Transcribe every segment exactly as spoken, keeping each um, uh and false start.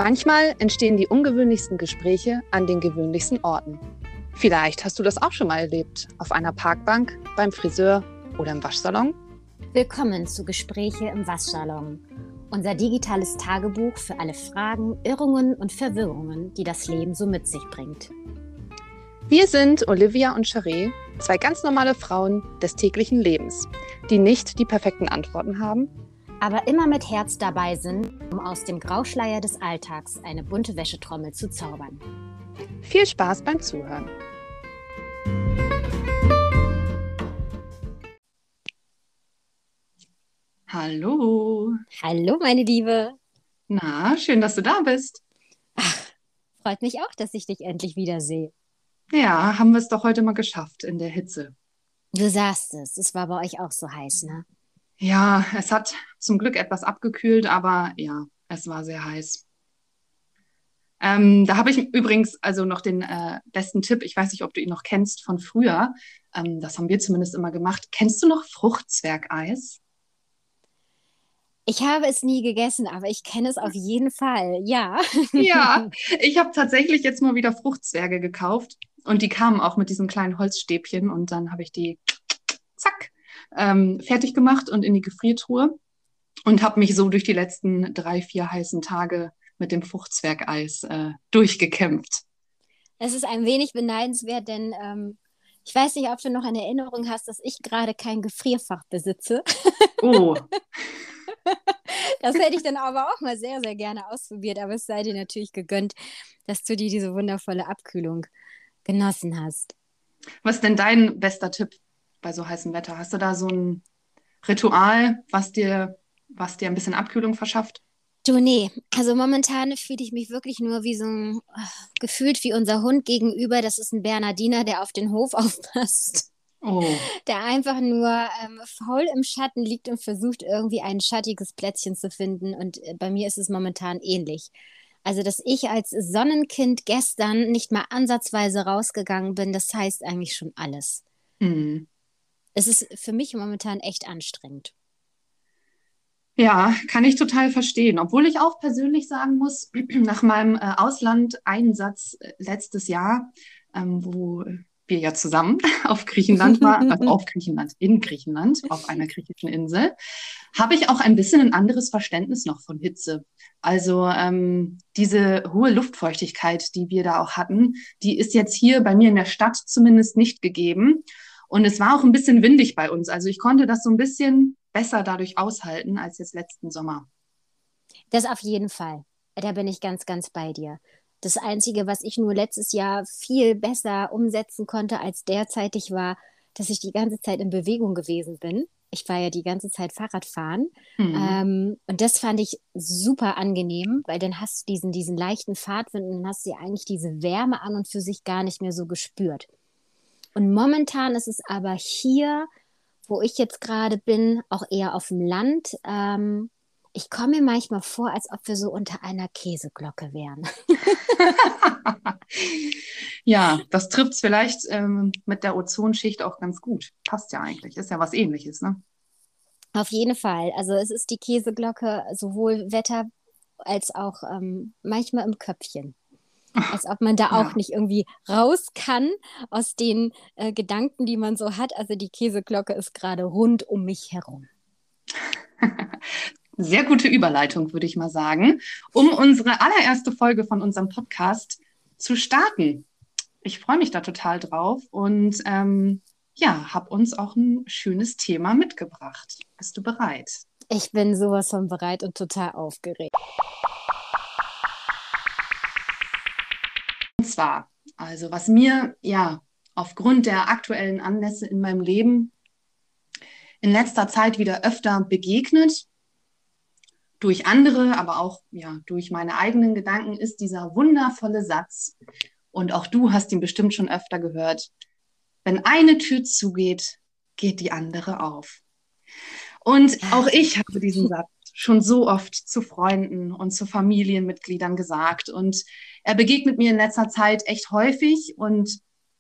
Manchmal entstehen die ungewöhnlichsten Gespräche an den gewöhnlichsten Orten. Vielleicht hast du das auch schon mal erlebt, auf einer Parkbank, beim Friseur oder im Waschsalon. Willkommen zu Gespräche im Waschsalon, unser digitales Tagebuch für alle Fragen, Irrungen und Verwirrungen, die das Leben so mit sich bringt. Wir sind Olivia und Charé, zwei ganz normale Frauen des täglichen Lebens, die nicht die perfekten Antworten haben, aber immer mit Herz dabei sind, um aus dem Grauschleier des Alltags eine bunte Wäschetrommel zu zaubern. Viel Spaß beim Zuhören. Hallo. Hallo, meine Liebe. Na, schön, dass du da bist. Ach, freut mich auch, dass ich dich endlich wiedersehe. Ja, haben wir es doch heute mal geschafft in der Hitze. Du sagst es, es war bei euch auch so heiß, ne? Ja, es hat zum Glück etwas abgekühlt, aber ja, es war sehr heiß. Ähm, da habe ich übrigens also noch den äh, besten Tipp. Ich weiß nicht, ob du ihn noch kennst von früher. Ähm, das haben wir zumindest immer gemacht. Kennst du noch Fruchtzwergeis? Ich habe es nie gegessen, aber ich kenne es auf jeden Fall, ja. Ja, ich habe tatsächlich jetzt mal wieder Fruchtzwerge gekauft und die kamen auch mit diesen kleinen Holzstäbchen und dann habe ich die zack ähm, fertig gemacht und in die Gefriertruhe und habe mich so durch die letzten drei, vier heißen Tage mit dem Fruchtzwergeis äh, durchgekämpft. Es ist ein wenig beneidenswert, denn ähm, ich weiß nicht, ob du noch eine Erinnerung hast, dass ich gerade kein Gefrierfach besitze. Oh. Das hätte ich dann aber auch mal sehr, sehr gerne ausprobiert, aber es sei dir natürlich gegönnt, dass du dir diese wundervolle Abkühlung genossen hast. Was ist denn dein bester Tipp bei so heißem Wetter? Hast du da so ein Ritual, was dir, was dir ein bisschen Abkühlung verschafft? Du, nee, also momentan fühle ich mich wirklich nur wie so ein, gefühlt wie unser Hund gegenüber. Das ist ein Bernardiner, der auf den Hof aufpasst. Oh. Der einfach nur ähm, faul im Schatten liegt und versucht, irgendwie ein schattiges Plätzchen zu finden. Und äh, bei mir ist es momentan ähnlich. Also, dass ich als Sonnenkind gestern nicht mal ansatzweise rausgegangen bin, das heißt eigentlich schon alles. Hm. Es ist für mich momentan echt anstrengend. Ja, kann ich total verstehen. Obwohl ich auch persönlich sagen muss, nach meinem äh, Auslandeinsatz äh, letztes Jahr, ähm, wo wir ja zusammen auf Griechenland waren, also auf Griechenland, in Griechenland, auf einer griechischen Insel, habe ich auch ein bisschen ein anderes Verständnis noch von Hitze. Also ähm, diese hohe Luftfeuchtigkeit, die wir da auch hatten, die ist jetzt hier bei mir in der Stadt zumindest nicht gegeben. Und es war auch ein bisschen windig bei uns. Also ich konnte das so ein bisschen besser dadurch aushalten als jetzt letzten Sommer. Das auf jeden Fall. Da bin ich ganz, ganz bei dir. Das Einzige, was ich nur letztes Jahr viel besser umsetzen konnte als derzeitig, war, dass ich die ganze Zeit in Bewegung gewesen bin. Ich war ja die ganze Zeit Fahrradfahren. Mhm. Ähm, und das fand ich super angenehm, weil dann hast du diesen, diesen leichten Fahrtwind und dann hast du ja eigentlich diese Wärme an und für sich gar nicht mehr so gespürt. Und momentan ist es aber hier, wo ich jetzt gerade bin, auch eher auf dem Land. Ähm, ich komme mir manchmal vor, als ob wir so unter einer Käseglocke wären. Ja, das trifft es vielleicht ähm, mit der Ozonschicht auch ganz gut. Passt ja eigentlich, ist ja was Ähnliches, ne? Auf jeden Fall. Also es ist die Käseglocke, sowohl Wetter als auch ähm, manchmal im Köpfchen. Als ob man da Ja. auch nicht irgendwie raus kann aus den äh, Gedanken, die man so hat. Also die Käseglocke ist gerade rund um mich herum. Sehr gute Überleitung, würde ich mal sagen, um unsere allererste Folge von unserem Podcast zu starten. Ich freue mich da total drauf und ähm, ja, habe uns auch ein schönes Thema mitgebracht. Bist du bereit? Ich bin sowas von bereit und total aufgeregt. Und zwar, also was mir ja aufgrund der aktuellen Anlässe in meinem Leben in letzter Zeit wieder öfter begegnet, durch andere, aber auch ja, durch meine eigenen Gedanken, ist dieser wundervolle Satz, und auch du hast ihn bestimmt schon öfter gehört: Wenn eine Tür zugeht, geht die andere auf. Und auch ich habe diesen Satz schon so oft zu Freunden und zu Familienmitgliedern gesagt. Und er begegnet mir in letzter Zeit echt häufig. Und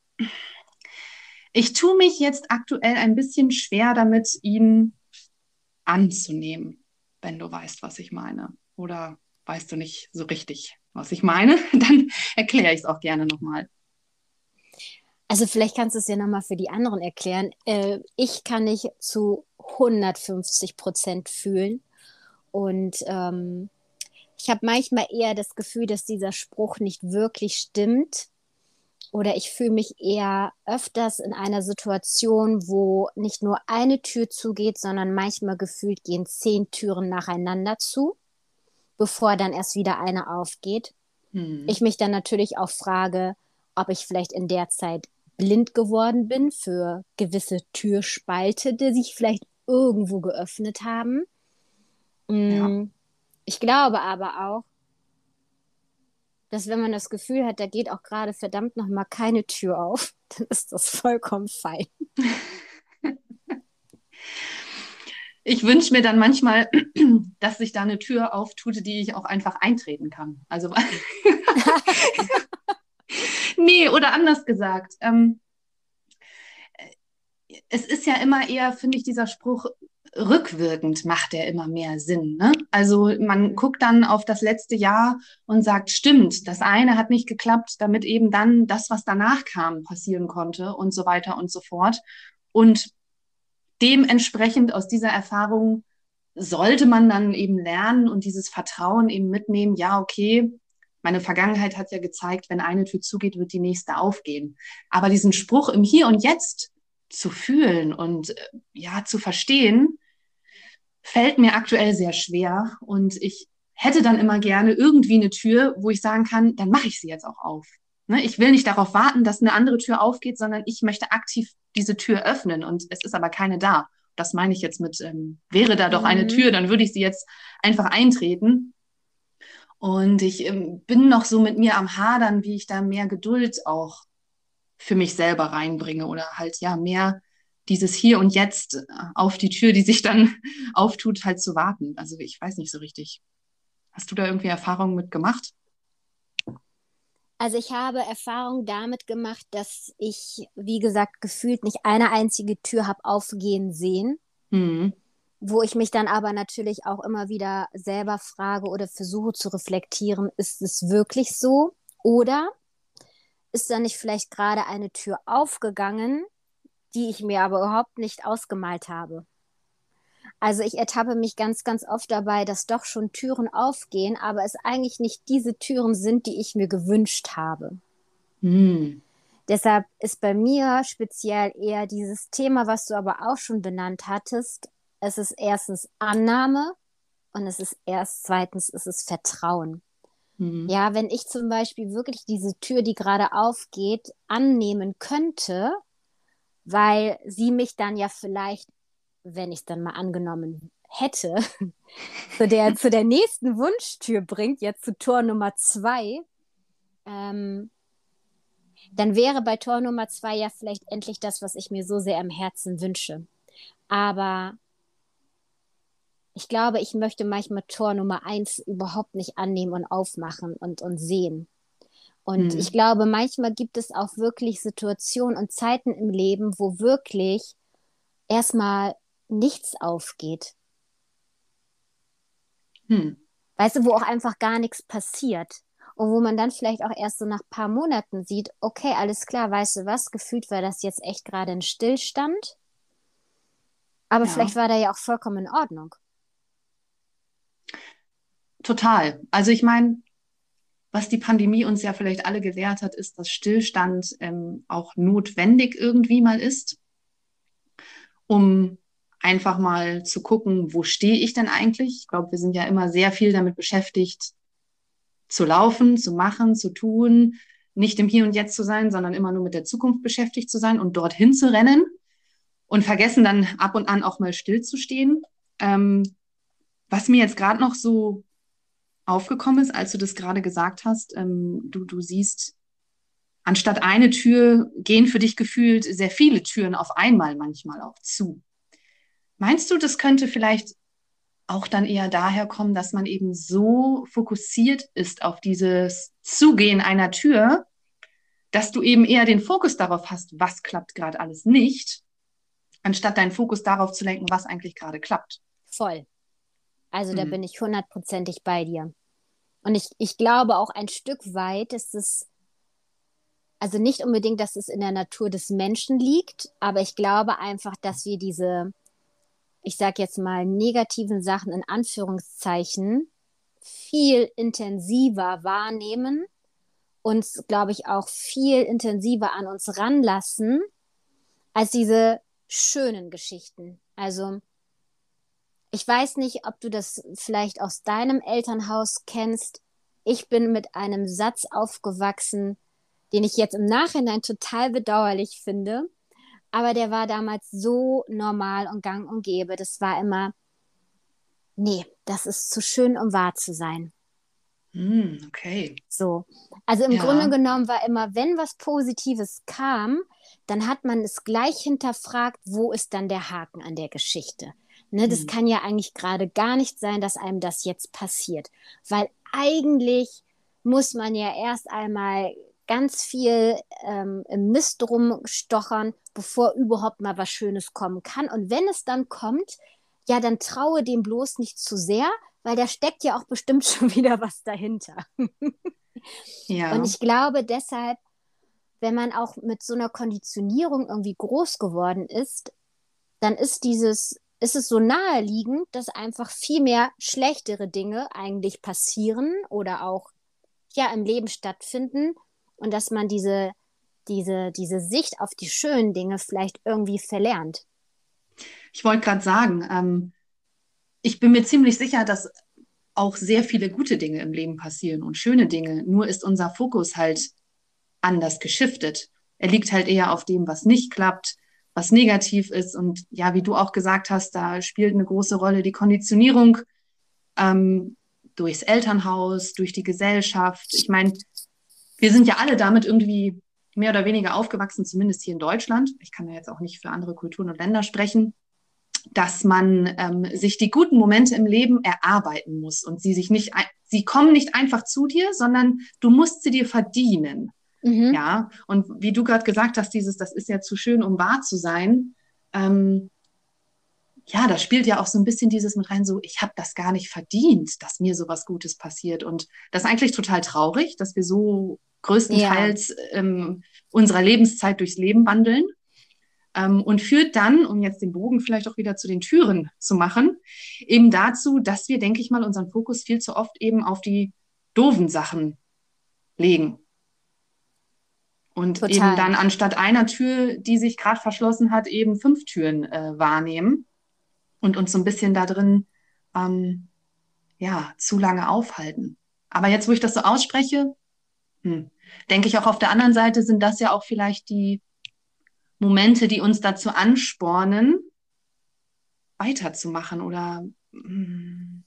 ich tue mich jetzt aktuell ein bisschen schwer damit, ihn anzunehmen, wenn du weißt, was ich meine. Oder weißt du nicht so richtig, was ich meine, dann erkläre ich es auch gerne nochmal. Also vielleicht kannst du es ja nochmal für die anderen erklären. Äh, ich kann nicht zu hundertfünfzig Prozent fühlen. Und ähm, ich habe manchmal eher das Gefühl, dass dieser Spruch nicht wirklich stimmt. Oder ich fühle mich eher öfters in einer Situation, wo nicht nur eine Tür zugeht, sondern manchmal gefühlt gehen zehn Türen nacheinander zu, bevor dann erst wieder eine aufgeht. Hm. Ich mich dann natürlich auch frage, ob ich vielleicht in der Zeit blind geworden bin für gewisse Türspalte, die sich vielleicht irgendwo geöffnet haben. Ja. Mm, Ich glaube aber auch, dass wenn man das Gefühl hat, da geht auch gerade verdammt noch mal keine Tür auf, dann ist das vollkommen fein. Ich wünsche mir dann manchmal, dass sich da eine Tür auftut, die ich auch einfach eintreten kann. Also, nee, oder anders gesagt. Ähm, es ist ja immer eher, finde ich, dieser Spruch, rückwirkend macht er immer mehr Sinn. Ne? Also man guckt dann auf das letzte Jahr und sagt, stimmt, das eine hat nicht geklappt, damit eben dann das, was danach kam, passieren konnte und so weiter und so fort. Und dementsprechend aus dieser Erfahrung sollte man dann eben lernen und dieses Vertrauen eben mitnehmen, ja, okay, meine Vergangenheit hat ja gezeigt, wenn eine Tür zugeht, wird die nächste aufgehen. Aber diesen Spruch im Hier und Jetzt zu fühlen und äh, ja, zu verstehen, fällt mir aktuell sehr schwer. Und ich hätte dann immer gerne irgendwie eine Tür, wo ich sagen kann, dann mache ich sie jetzt auch auf. Ne? Ich will nicht darauf warten, dass eine andere Tür aufgeht, sondern ich möchte aktiv diese Tür öffnen und es ist aber keine da. Das meine ich jetzt mit, ähm, wäre da doch eine Mhm. Tür, dann würde ich sie jetzt einfach eintreten. Und ich ähm, bin noch so mit mir am Hadern, wie ich da mehr Geduld auch für mich selber reinbringe oder halt ja mehr dieses Hier und Jetzt äh, auf die Tür, die sich dann auftut, halt zu warten. Also ich weiß nicht so richtig. Hast du da irgendwie Erfahrungen mit gemacht? Also ich habe Erfahrung damit gemacht, dass ich, wie gesagt, gefühlt nicht eine einzige Tür habe aufgehen sehen, Hm. wo ich mich dann aber natürlich auch immer wieder selber frage oder versuche zu reflektieren, ist es wirklich so? Oder ist da nicht vielleicht gerade eine Tür aufgegangen, die ich mir aber überhaupt nicht ausgemalt habe? Also ich ertappe mich ganz, ganz oft dabei, dass doch schon Türen aufgehen, aber es eigentlich nicht diese Türen sind, die ich mir gewünscht habe. Hm. Deshalb ist bei mir speziell eher dieses Thema, was du aber auch schon benannt hattest. Es ist erstens Annahme und es ist erst zweitens, es ist Vertrauen. Hm. Ja, wenn ich zum Beispiel wirklich diese Tür, die gerade aufgeht, annehmen könnte, weil sie mich dann ja vielleicht, wenn ich es dann mal angenommen hätte, zu der, zu der nächsten Wunschtür bringt, jetzt zu Tor Nummer zwei, ähm, dann wäre bei Tor Nummer zwei ja vielleicht endlich das, was ich mir so sehr im Herzen wünsche. Aber ich glaube, ich möchte manchmal Tor Nummer eins überhaupt nicht annehmen und aufmachen und, und sehen. Und ich Hm. glaube, manchmal gibt es auch wirklich Situationen und Zeiten im Leben, wo wirklich erstmal nichts aufgeht. Hm. Weißt du, wo auch einfach gar nichts passiert. Und wo man dann vielleicht auch erst so nach ein paar Monaten sieht, okay, alles klar, weißt du was, gefühlt war das jetzt echt gerade ein Stillstand, aber Ja, vielleicht war der ja auch vollkommen in Ordnung. total. Also ich meine, was die Pandemie uns ja vielleicht alle gelehrt hat, ist, dass Stillstand ähm, auch notwendig irgendwie mal ist, um einfach mal zu gucken, wo stehe ich denn eigentlich? Ich glaube, wir sind ja immer sehr viel damit beschäftigt, zu laufen, zu machen, zu tun, nicht im Hier und Jetzt zu sein, sondern immer nur mit der Zukunft beschäftigt zu sein und dorthin zu rennen und vergessen dann ab und an auch mal stillzustehen. Ähm, was mir jetzt gerade noch so aufgekommen ist, als du das gerade gesagt hast, ähm, du, du siehst, anstatt eine Tür gehen für dich gefühlt sehr viele Türen auf einmal manchmal auch zu. Meinst du, das könnte vielleicht auch dann eher daher kommen, dass man eben so fokussiert ist auf dieses Zugehen einer Tür, dass du eben eher den Fokus darauf hast, was klappt gerade alles nicht, anstatt deinen Fokus darauf zu lenken, was eigentlich gerade klappt. Voll. Also da Hm. bin ich hundertprozentig bei dir. Und ich, ich glaube auch ein Stück weit ist es, also nicht unbedingt, dass es in der Natur des Menschen liegt, aber ich glaube einfach, dass wir diese, ich sage jetzt mal, negativen Sachen in Anführungszeichen viel intensiver wahrnehmen, uns, glaube ich, auch viel intensiver an uns ranlassen, als diese schönen Geschichten. Also ich weiß nicht, ob du das vielleicht aus deinem Elternhaus kennst. Ich bin mit einem Satz aufgewachsen, den ich jetzt im Nachhinein total bedauerlich finde. Aber der war damals so normal und gang und gäbe. Das war immer, nee, das ist zu schön, um wahr zu sein. Hm, okay. So. Also im Grunde Ja. genommen war immer, wenn was Positives kam, dann hat man es gleich hinterfragt, wo ist dann der Haken an der Geschichte? Ne, das Hm. kann ja eigentlich gerade gar nicht sein, dass einem das jetzt passiert. Weil eigentlich muss man ja erst einmal ganz viel ähm, im Mist rumstochern, bevor überhaupt mal was Schönes kommen kann. Und wenn es dann kommt, ja, dann traue dem bloß nicht zu sehr, weil da steckt ja auch bestimmt schon wieder was dahinter. Und Ja. ich glaube deshalb, wenn man auch mit so einer Konditionierung irgendwie groß geworden ist, dann ist dieses, ist es so naheliegend, dass einfach viel mehr schlechtere Dinge eigentlich passieren oder auch ja im Leben stattfinden und dass man diese, diese, diese Sicht auf die schönen Dinge vielleicht irgendwie verlernt. Ich wollte gerade sagen, ähm, ich bin mir ziemlich sicher, dass auch sehr viele gute Dinge im Leben passieren und schöne Dinge. Nur ist unser Fokus halt anders geschiftet. Er liegt halt eher auf dem, was nicht klappt, was negativ ist. Und ja, wie du auch gesagt hast, da spielt eine große Rolle die Konditionierung ähm, durchs Elternhaus, durch die Gesellschaft. Ich meine, wir sind ja alle damit irgendwie mehr oder weniger aufgewachsen, zumindest hier in Deutschland. Ich kann ja jetzt auch nicht für andere Kulturen und Länder sprechen, dass man ähm, sich die guten Momente im Leben erarbeiten muss und sie sich nicht, sie kommen nicht einfach zu dir, sondern du musst sie dir verdienen. Mhm. Ja, und wie du gerade gesagt hast, dieses, das ist ja zu schön, um wahr zu sein. Ähm, ja, da spielt ja auch so ein bisschen dieses mit rein, so, ich habe das gar nicht verdient, dass mir sowas Gutes passiert. Und das ist eigentlich total traurig, dass wir so Ja, größtenteils ähm, unserer Lebenszeit durchs Leben wandeln. Ähm, und führt dann, um jetzt den Bogen vielleicht auch wieder zu den Türen zu machen, eben dazu, dass wir, denke ich mal, unseren Fokus viel zu oft eben auf die doofen Sachen legen. Und eben total. dann anstatt einer Tür, die sich gerade verschlossen hat, eben fünf Türen äh, wahrnehmen und uns so ein bisschen da drin ähm, ja, zu lange aufhalten. Aber jetzt, wo ich das so ausspreche, hm, denke ich auch auf der anderen Seite sind das ja auch vielleicht die Momente, die uns dazu anspornen, weiterzumachen oder hm,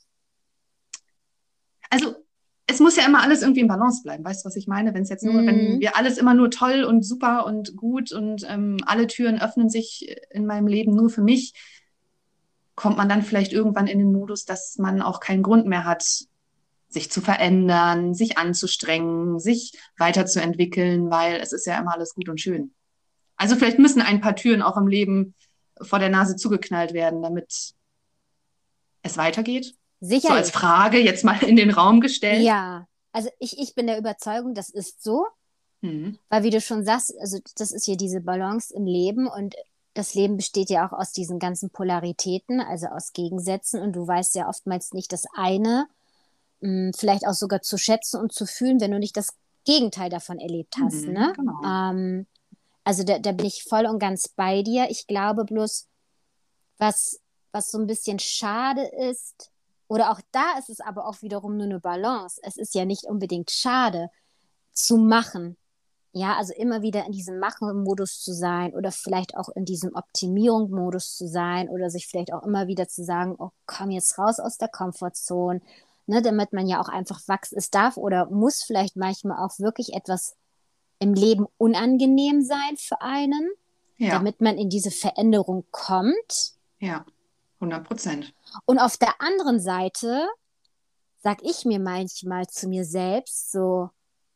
also es muss ja immer alles irgendwie in Balance bleiben. Weißt du, was ich meine? Wenn es jetzt nur, wenn Mhm. wir alles immer nur toll und super und gut und ähm, alle Türen öffnen sich in meinem Leben nur für mich, kommt man dann vielleicht irgendwann in den Modus, dass man auch keinen Grund mehr hat, sich zu verändern, sich anzustrengen, sich weiterzuentwickeln, weil es ist ja immer alles gut und schön. Also vielleicht müssen ein paar Türen auch im Leben vor der Nase zugeknallt werden, damit es weitergeht. So als Sicherlich. Frage jetzt mal in den Raum gestellt. Ja, also ich, ich bin der Überzeugung, das ist so, Hm. weil wie du schon sagst, also das ist hier diese Balance im Leben und das Leben besteht ja auch aus diesen ganzen Polaritäten, also aus Gegensätzen und du weißt ja oftmals nicht das eine, mh, vielleicht auch sogar zu schätzen und zu fühlen, wenn du nicht das Gegenteil davon erlebt hast, Hm, ne? genau. Ähm, also da, da bin ich voll und ganz bei dir. Ich glaube bloß, was, was so ein bisschen schade ist, oder auch da ist es aber auch wiederum nur eine Balance. Es ist ja nicht unbedingt schade zu machen. Ja, also immer wieder in diesem Machen-Modus zu sein oder vielleicht auch in diesem Optimierung-Modus zu sein oder sich vielleicht auch immer wieder zu sagen, oh, komm jetzt raus aus der Komfortzone, ne, damit man ja auch einfach wachsen. Es darf oder muss vielleicht manchmal auch wirklich etwas im Leben unangenehm sein für einen, Ja, damit man in diese Veränderung kommt. ja, hundert Prozent. Und auf der anderen Seite sag ich mir manchmal zu mir selbst so,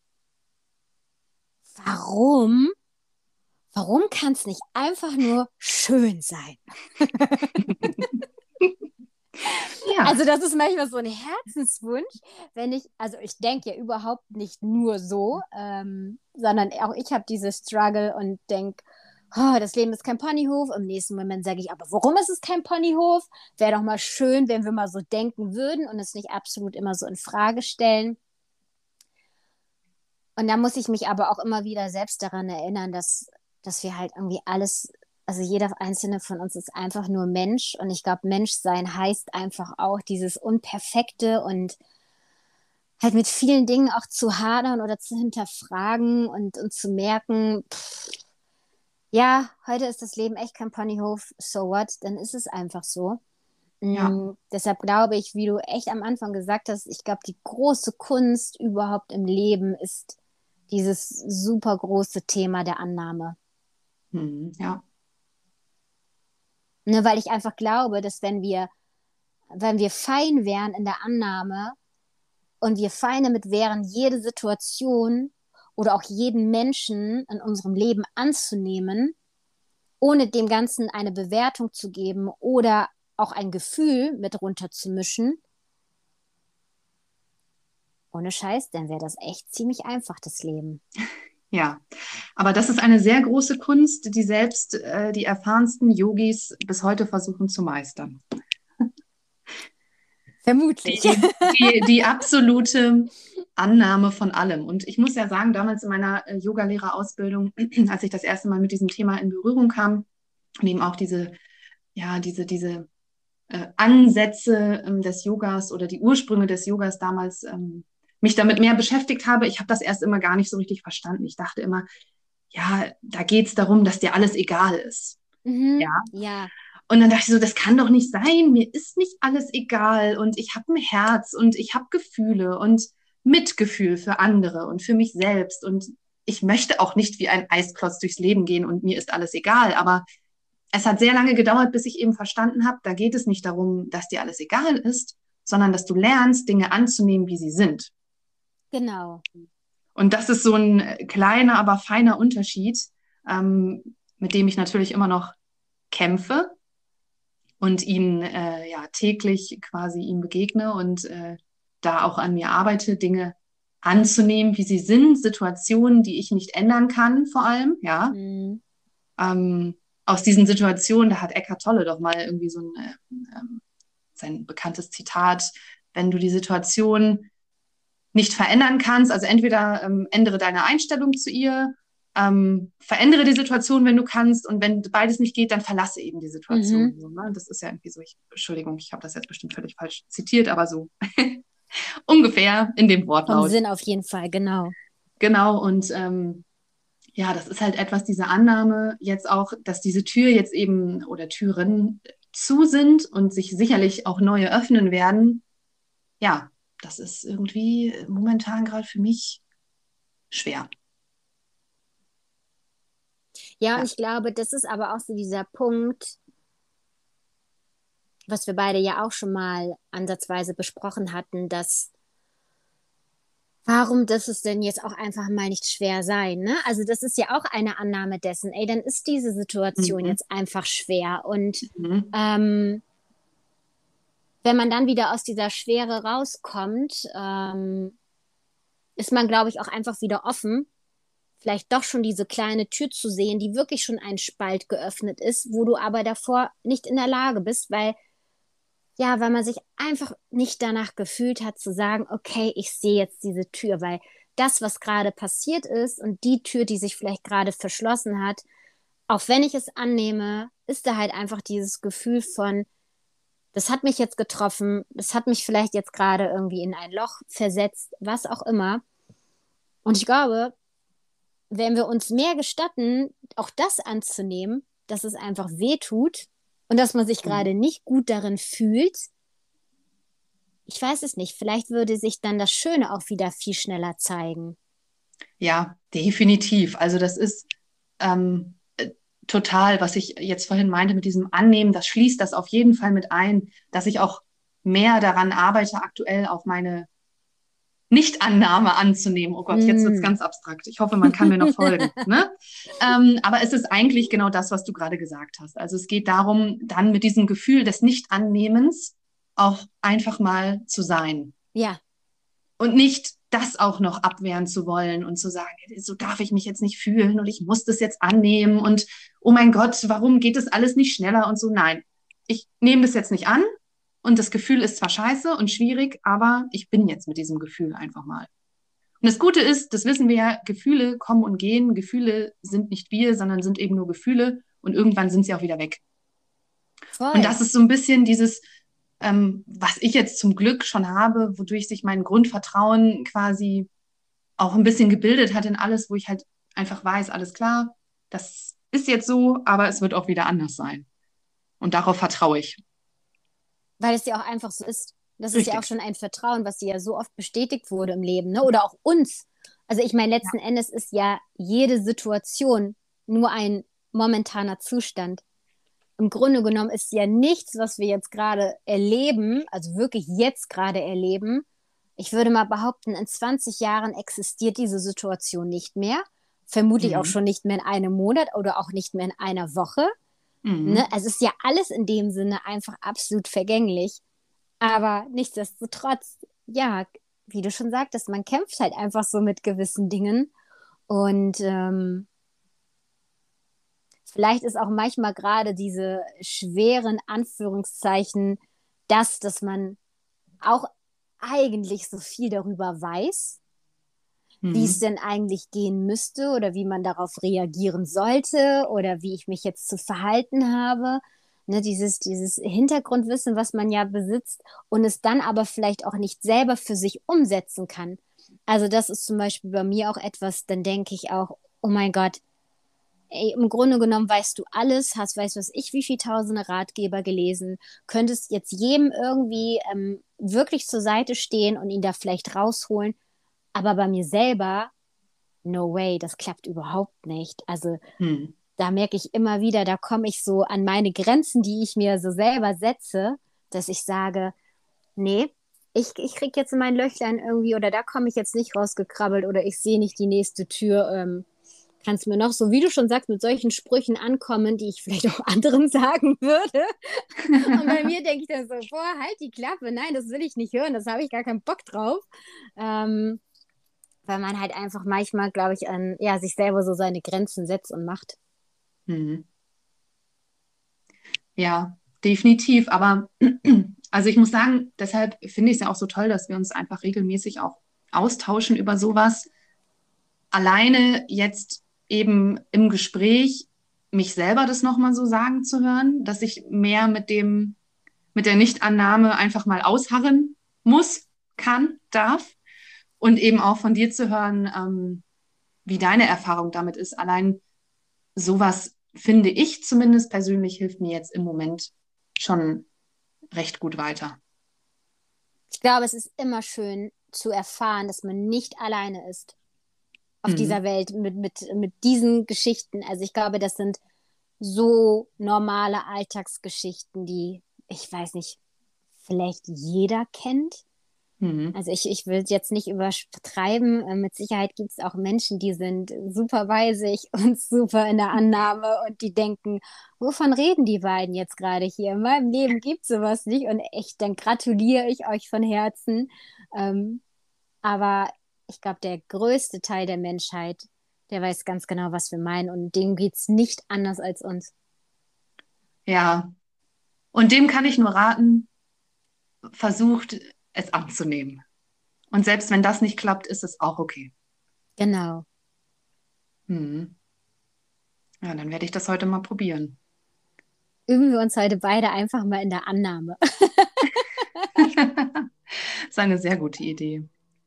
warum, warum kann es nicht einfach nur schön sein? Ja, Also das ist manchmal so ein Herzenswunsch, wenn ich, also ich denke ja überhaupt nicht nur so, ähm, sondern auch ich habe diese Struggle und denke, oh, das Leben ist kein Ponyhof. Im nächsten Moment sage ich, aber warum ist es kein Ponyhof? Wäre doch mal schön, wenn wir mal so denken würden und es nicht absolut immer so in Frage stellen. Und da muss ich mich aber auch immer wieder selbst daran erinnern, dass, dass wir halt irgendwie alles, also jeder einzelne von uns ist einfach nur Mensch. Und ich glaube, Menschsein heißt einfach auch dieses Unperfekte und halt mit vielen Dingen auch zu hadern oder zu hinterfragen und, und zu merken, pff, ja, heute ist das Leben echt kein Ponyhof, so what, dann ist es einfach so. ja. Mm, deshalb glaube ich, wie du echt am Anfang gesagt hast, ich glaube, die große Kunst überhaupt im Leben ist dieses super große Thema der Annahme. Hm, ja. Ne, weil ich einfach glaube, dass wenn wir, wenn wir fein wären in der Annahme und wir fein damit wären, jede Situation oder auch jeden Menschen in unserem Leben anzunehmen, ohne dem Ganzen eine Bewertung zu geben oder auch ein Gefühl mit runterzumischen, ohne Scheiß, dann wäre das echt ziemlich einfach, das Leben. Ja, aber das ist eine sehr große Kunst, die selbst äh, die erfahrensten Yogis bis heute versuchen zu meistern. Vermutlich. Die, die, die absolute Annahme von allem. Und ich muss ja sagen, damals in meiner äh, Yogalehrerausbildung, als ich das erste Mal mit diesem Thema in Berührung kam und eben auch diese, ja, diese, diese äh, Ansätze ähm, des Yogas oder die Ursprünge des Yogas damals ähm, mich damit mehr beschäftigt habe, ich habe das erst immer gar nicht so richtig verstanden. Ich dachte immer, ja, da geht es darum, dass dir alles egal ist. Ja. Mhm. Ja. Und dann dachte ich so, das kann doch nicht sein. Mir ist nicht alles egal und ich habe ein Herz und ich habe Gefühle und Mitgefühl für andere und für mich selbst. Und ich möchte auch nicht wie ein Eisklotz durchs Leben gehen und mir ist alles egal. Aber es hat sehr lange gedauert, bis ich eben verstanden habe, da geht es nicht darum, dass dir alles egal ist, sondern dass du lernst, Dinge anzunehmen, wie sie sind. Genau. Und das ist so ein kleiner, aber feiner Unterschied, ähm, mit dem ich natürlich immer noch kämpfe und ihn äh, ja täglich quasi ihm begegne und äh, da auch an mir arbeite, Dinge anzunehmen, wie sie sind, Situationen, die ich nicht ändern kann, vor allem, ja. Mhm. Ähm, aus diesen Situationen, da hat Eckhart Tolle doch mal irgendwie so ein äh, ähm, sein bekanntes Zitat, wenn du die Situation nicht verändern kannst, also entweder ähm, ändere deine Einstellung zu ihr, ähm, verändere die Situation, wenn du kannst, und wenn beides nicht geht, dann verlasse eben die Situation. Mhm. So, ne? Das ist ja irgendwie so, ich, Entschuldigung, ich habe das jetzt bestimmt völlig falsch zitiert, aber so ungefähr in dem Vom Wortlaut. Sinn auf jeden Fall, genau. Genau, und ähm, ja, das ist halt etwas, diese Annahme jetzt auch, dass diese Tür jetzt eben oder Türen zu sind und sich sicherlich auch neue öffnen werden. Ja, das ist irgendwie momentan gerade für mich schwer. Ja, und Ja. ich glaube, das ist aber auch so dieser Punkt, was wir beide ja auch schon mal ansatzweise besprochen hatten, dass warum das es denn jetzt auch einfach mal nicht schwer sein, ne? Also das ist ja auch eine Annahme dessen, ey, dann ist diese Situation Mhm. jetzt einfach schwer. Und Mhm. ähm, wenn man dann wieder aus dieser Schwere rauskommt, ähm, ist man, glaube ich, auch einfach wieder offen, vielleicht doch schon diese kleine Tür zu sehen, die wirklich schon ein Spalt geöffnet ist, wo du aber davor nicht in der Lage bist, weil ja, weil man sich einfach nicht danach gefühlt hat zu sagen, okay, ich sehe jetzt diese Tür, weil das, was gerade passiert ist und die Tür, die sich vielleicht gerade verschlossen hat, auch wenn ich es annehme, ist da halt einfach dieses Gefühl von, das hat mich jetzt getroffen, das hat mich vielleicht jetzt gerade irgendwie in ein Loch versetzt, was auch immer. Und ich glaube, wenn wir uns mehr gestatten, auch das anzunehmen, dass es einfach weh tut und dass man sich Mhm. gerade nicht gut darin fühlt, ich weiß es nicht, vielleicht würde sich dann das Schöne auch wieder viel schneller zeigen. Ja, definitiv. Also das ist ähm, äh, total, was ich jetzt vorhin meinte mit diesem Annehmen, das schließt das auf jeden Fall mit ein, dass ich auch mehr daran arbeite, aktuell auch meine Nicht-Annahme anzunehmen. Oh Gott, jetzt wird's Mm. ganz abstrakt. Ich hoffe, man kann mir noch folgen. Ne? Ähm, aber es ist eigentlich genau das, was du gerade gesagt hast. Also es geht darum, dann mit diesem Gefühl des Nicht-Annehmens auch einfach mal zu sein. Ja. Und nicht das auch noch abwehren zu wollen und zu sagen, so darf ich mich jetzt nicht fühlen und ich muss das jetzt annehmen und oh mein Gott, warum geht das alles nicht schneller und so. Nein, ich nehme das jetzt nicht an und das Gefühl ist zwar scheiße und schwierig, aber ich bin jetzt mit diesem Gefühl einfach mal. Und das Gute ist, das wissen wir ja, Gefühle kommen und gehen. Gefühle sind nicht wir, sondern sind eben nur Gefühle und irgendwann sind sie auch wieder weg. Voll. Und das ist so ein bisschen dieses, ähm, was ich jetzt zum Glück schon habe, wodurch sich mein Grundvertrauen quasi auch ein bisschen gebildet hat in alles, wo ich halt einfach weiß, alles klar, das ist jetzt so, aber es wird auch wieder anders sein. Und darauf vertraue ich. Weil es ja auch einfach so ist. Das ist Richtig. ja auch schon ein Vertrauen, was dir ja so oft bestätigt wurde im Leben, ne? Oder auch uns. Also ich meine, letzten ja. Endes ist ja jede Situation nur ein momentaner Zustand. Im Grunde genommen ist ja nichts, was wir jetzt gerade erleben, also wirklich jetzt gerade erleben. Ich würde mal behaupten, in zwanzig Jahren existiert diese Situation nicht mehr. Vermutlich mhm. auch schon nicht mehr in einem Monat oder auch nicht mehr in einer Woche. Mhm. Ne? Also es ist ja alles in dem Sinne einfach absolut vergänglich. Aber nichtsdestotrotz, ja, wie du schon sagtest, man kämpft halt einfach so mit gewissen Dingen. Und ähm, vielleicht ist auch manchmal gerade diese schweren Anführungszeichen das, dass man auch eigentlich so viel darüber weiß, mhm. wie es denn eigentlich gehen müsste oder wie man darauf reagieren sollte oder wie ich mich jetzt zu verhalten habe. Ne, dieses, dieses Hintergrundwissen, was man ja besitzt und es dann aber vielleicht auch nicht selber für sich umsetzen kann. Also das ist zum Beispiel bei mir auch etwas, dann denke ich auch, oh mein Gott, ey, im Grunde genommen weißt du alles, hast, weißt was ich, wie viele tausende Ratgeber gelesen, könntest jetzt jedem irgendwie ähm, wirklich zur Seite stehen und ihn da vielleicht rausholen, aber bei mir selber, no way, das klappt überhaupt nicht. Also hm. da merke ich immer wieder, da komme ich so an meine Grenzen, die ich mir so selber setze, dass ich sage, nee, ich, ich kriege jetzt mein Löchlein irgendwie oder da komme ich jetzt nicht rausgekrabbelt oder ich sehe nicht die nächste Tür. Ähm, kannst mir noch so, wie du schon sagst, mit solchen Sprüchen ankommen, die ich vielleicht auch anderen sagen würde. Und bei mir denke ich dann so, boah, halt die Klappe, nein, das will ich nicht hören, das habe ich gar keinen Bock drauf. Ähm, weil man halt einfach manchmal, glaube ich, an ja, sich selber so seine Grenzen setzt und macht. Mhm. Ja, definitiv. Aber also ich muss sagen, deshalb finde ich es ja auch so toll, dass wir uns einfach regelmäßig auch austauschen über sowas. Alleine jetzt eben im Gespräch mich selber das nochmal so sagen zu hören, dass ich mehr mit dem, mit der Nichtannahme einfach mal ausharren muss, kann, darf. Und eben auch von dir zu hören, ähm, wie deine Erfahrung damit ist. Allein sowas, finde ich zumindest persönlich, hilft mir jetzt im Moment schon recht gut weiter. Ich glaube, es ist immer schön zu erfahren, dass man nicht alleine ist auf mhm. dieser Welt mit, mit, mit diesen Geschichten. Also ich glaube, das sind so normale Alltagsgeschichten, die, ich weiß nicht, vielleicht jeder kennt. Mhm. Also ich, ich will es jetzt nicht übertreiben. Mit Sicherheit gibt es auch Menschen, die sind super bei sich und super in der Annahme und die denken, wovon reden die beiden jetzt gerade hier? In meinem Leben gibt es sowas nicht und echt, dann gratuliere ich euch von Herzen. Ähm, aber ich glaube, der größte Teil der Menschheit, der weiß ganz genau, was wir meinen und dem geht es nicht anders als uns. Ja, und dem kann ich nur raten, versucht es anzunehmen. Und selbst wenn das nicht klappt, ist es auch okay. Genau. Hm. Ja, dann werde ich das heute mal probieren. Üben wir uns heute beide einfach mal in der Annahme. Das ist eine sehr gute Idee.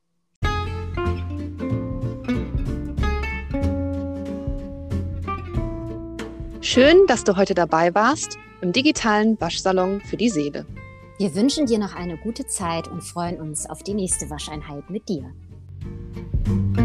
Schön, dass du heute dabei warst im digitalen Waschsalon für die Seele. Wir wünschen dir noch eine gute Zeit und freuen uns auf die nächste Wascheinheit mit dir.